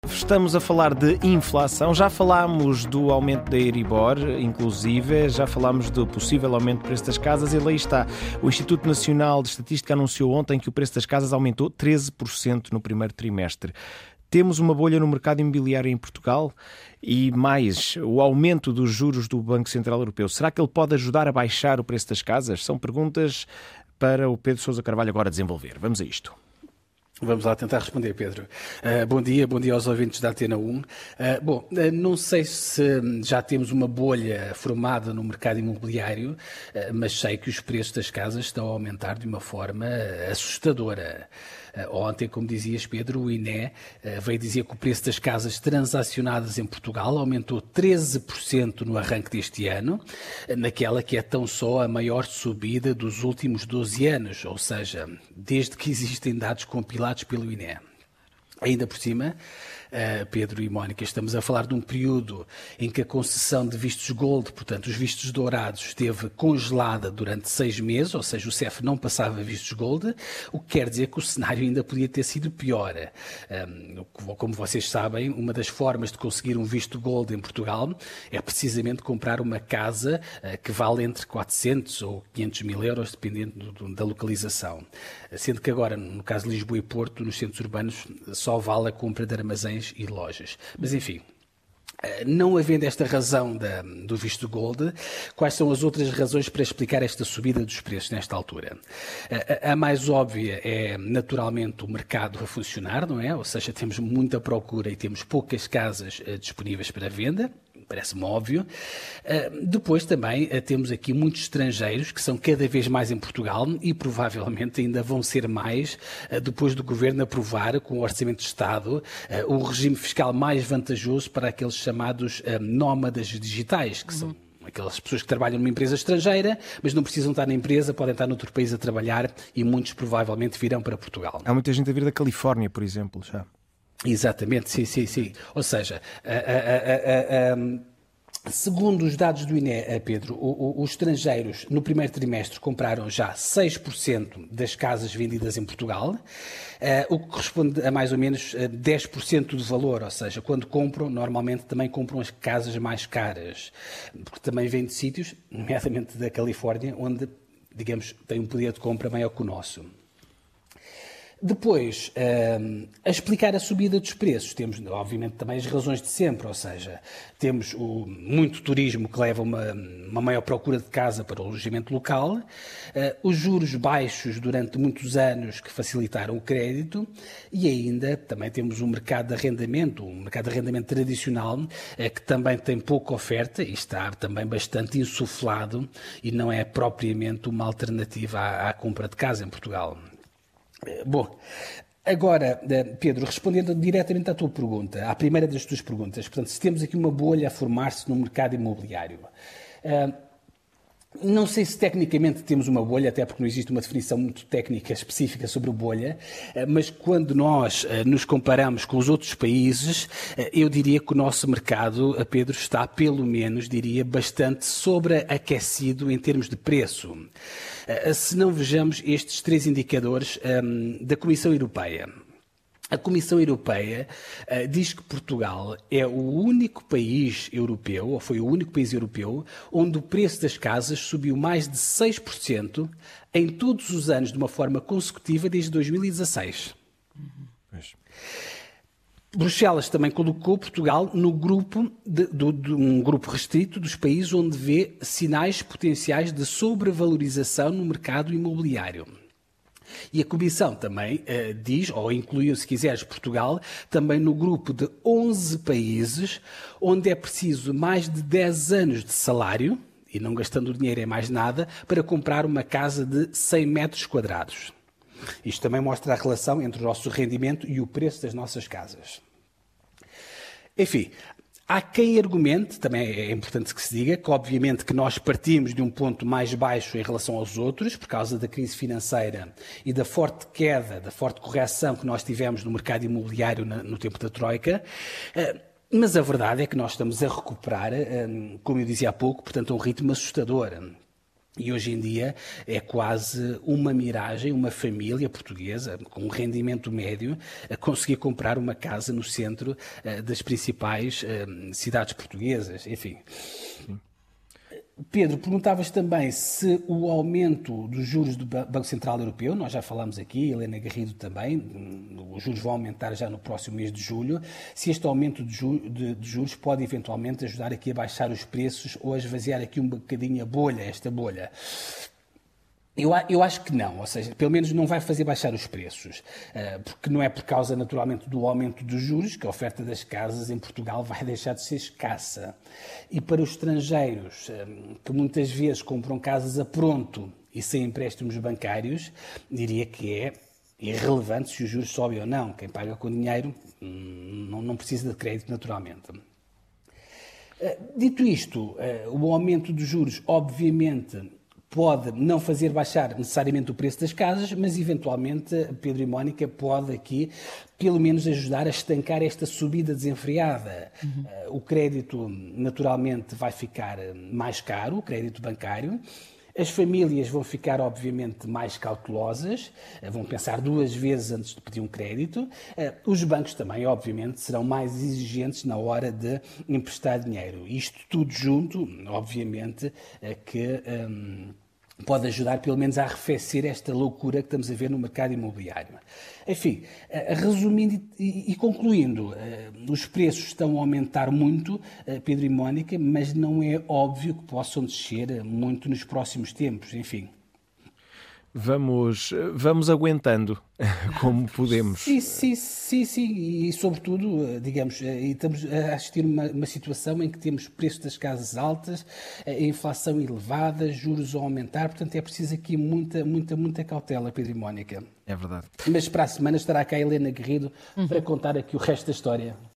Estamos a falar de inflação, já falámos do aumento da Euribor, inclusive, já falámos do possível aumento do preço das casas e lá está. O Instituto Nacional de Estatística anunciou ontem que o preço das casas aumentou 13% no primeiro trimestre. Temos uma bolha no mercado imobiliário em Portugal e mais, o aumento dos juros do Banco Central Europeu. Será que ele pode ajudar a baixar o preço das casas? São perguntas para o Pedro Sousa Carvalho agora desenvolver. Vamos a isto. Vamos lá tentar responder, Pedro. Bom dia aos ouvintes da Antena 1. Não sei se já temos uma bolha formada no mercado imobiliário, mas sei que os preços das casas estão a aumentar de uma forma assustadora. Ontem, como dizias, Pedro, o INE veio dizer que o preço das casas transacionadas em Portugal aumentou 13% no arranque deste ano, naquela que é tão só a maior subida dos últimos 12 anos, ou seja, desde que existem dados compilados pelo INE. Ainda por cima, Pedro e Mónica, estamos a falar de um período em que a concessão de vistos gold, portanto os vistos dourados, esteve congelada durante 6 meses, ou seja, o CEF não passava vistos gold, o que quer dizer que o cenário ainda podia ter sido pior. Como vocês sabem, uma das formas de conseguir um visto gold em Portugal é precisamente comprar uma casa que vale entre 400 ou 500 mil euros, dependendo da localização. Sendo que agora, no caso de Lisboa e Porto, nos centros urbanos, só vale a compra de armazéns e lojas. Mas, enfim, não havendo esta razão do visto gold, quais são as outras razões para explicar esta subida dos preços nesta altura? A mais óbvia é, naturalmente, o mercado a funcionar, não é? Ou seja, temos muita procura e temos poucas casas disponíveis para venda. Parece-me óbvio. Depois também temos aqui muitos estrangeiros que são cada vez mais em Portugal e provavelmente ainda vão ser mais depois do Governo aprovar com o Orçamento de Estado o regime fiscal mais vantajoso para aqueles chamados nómadas digitais, que são aquelas pessoas que trabalham numa empresa estrangeira, mas não precisam estar na empresa, podem estar noutro país a trabalhar e muitos provavelmente virão para Portugal. Há muita gente a vir da Califórnia, por exemplo, já. Exatamente, sim. Ou seja, segundo os dados do INE, Pedro, os estrangeiros no primeiro trimestre compraram já 6% das casas vendidas em Portugal, o que corresponde a mais ou menos 10% do valor, ou seja, quando compram, normalmente também compram as casas mais caras, porque também vêm de sítios, nomeadamente da Califórnia, onde, digamos, tem um poder de compra maior que o nosso. Depois, a explicar a subida dos preços, temos, obviamente, também as razões de sempre, ou seja, temos muito turismo que leva uma maior procura de casa para o alojamento local, os juros baixos durante muitos anos que facilitaram o crédito e ainda também temos um mercado de arrendamento tradicional, que também tem pouca oferta e está também bastante insuflado e não é propriamente uma alternativa à compra de casa em Portugal. Bom, agora, Pedro, respondendo diretamente à tua pergunta, à primeira das tuas perguntas, portanto, se temos aqui uma bolha a formar-se no mercado imobiliário, não sei se tecnicamente temos uma bolha, até porque não existe uma definição muito técnica específica sobre a bolha, mas quando nós nos comparamos com os outros países, eu diria que o nosso mercado, Pedro, está pelo menos, diria, bastante sobreaquecido em termos de preço. Se não vejamos estes 3 indicadores da Comissão Europeia. A Comissão Europeia diz que Portugal é o único país europeu, ou foi o único país europeu, onde o preço das casas subiu mais de 6% em todos os anos de uma forma consecutiva desde 2016. Bruxelas também colocou Portugal no grupo de um grupo restrito dos países onde vê sinais potenciais de sobrevalorização no mercado imobiliário. E a Comissão também diz, ou incluiu, se quiseres, Portugal, também no grupo de 11 países onde é preciso mais de 10 anos de salário, e não gastando dinheiro em mais nada, para comprar uma casa de 100 metros quadrados. Isto também mostra a relação entre o nosso rendimento e o preço das nossas casas. Enfim, há quem argumente, também é importante que se diga, que obviamente que nós partimos de um ponto mais baixo em relação aos outros, por causa da crise financeira e da forte queda, da forte correção que nós tivemos no mercado imobiliário no tempo da Troika, mas a verdade é que nós estamos a recuperar, como eu dizia há pouco, portanto, a um ritmo assustador. E hoje em dia é quase uma miragem, uma família portuguesa com um rendimento médio a conseguir comprar uma casa no centro das principais cidades portuguesas, enfim. Pedro, perguntavas também se o aumento dos juros do Banco Central Europeu, nós já falámos aqui, Helena Garrido também, os juros vão aumentar já no próximo mês de julho, se este aumento de juros pode eventualmente ajudar aqui a baixar os preços ou a esvaziar aqui um bocadinho a bolha, esta bolha. Eu acho que não, ou seja, pelo menos não vai fazer baixar os preços, porque não é por causa, naturalmente, do aumento dos juros que a oferta das casas em Portugal vai deixar de ser escassa. E para os estrangeiros, que muitas vezes compram casas a pronto e sem empréstimos bancários, diria que é irrelevante se os juros sobem ou não. Quem paga com dinheiro não precisa de crédito, naturalmente. Dito isto, o aumento dos juros, obviamente, pode não fazer baixar necessariamente o preço das casas, mas eventualmente, Pedro e Mónica, pode aqui pelo menos ajudar a estancar esta subida desenfreada. O crédito naturalmente vai ficar mais caro, o crédito bancário. As famílias vão ficar, obviamente, mais cautelosas, vão pensar 2 vezes antes de pedir um crédito. Os bancos também, obviamente, serão mais exigentes na hora de emprestar dinheiro. Isto tudo junto, obviamente, que pode ajudar, pelo menos, a arrefecer esta loucura que estamos a ver no mercado imobiliário. Enfim, resumindo e concluindo, os preços estão a aumentar muito, Pedro e Mónica, mas não é óbvio que possam descer muito nos próximos tempos, enfim. Vamos aguentando como podemos. Sim, e sobretudo, digamos, estamos a assistir a uma situação em que temos preços das casas altas, a inflação elevada, juros a aumentar, portanto é preciso aqui muita cautela, Pedro e Mónica. É verdade. Mas para a semana estará cá a Helena Garrido para contar aqui o resto da história.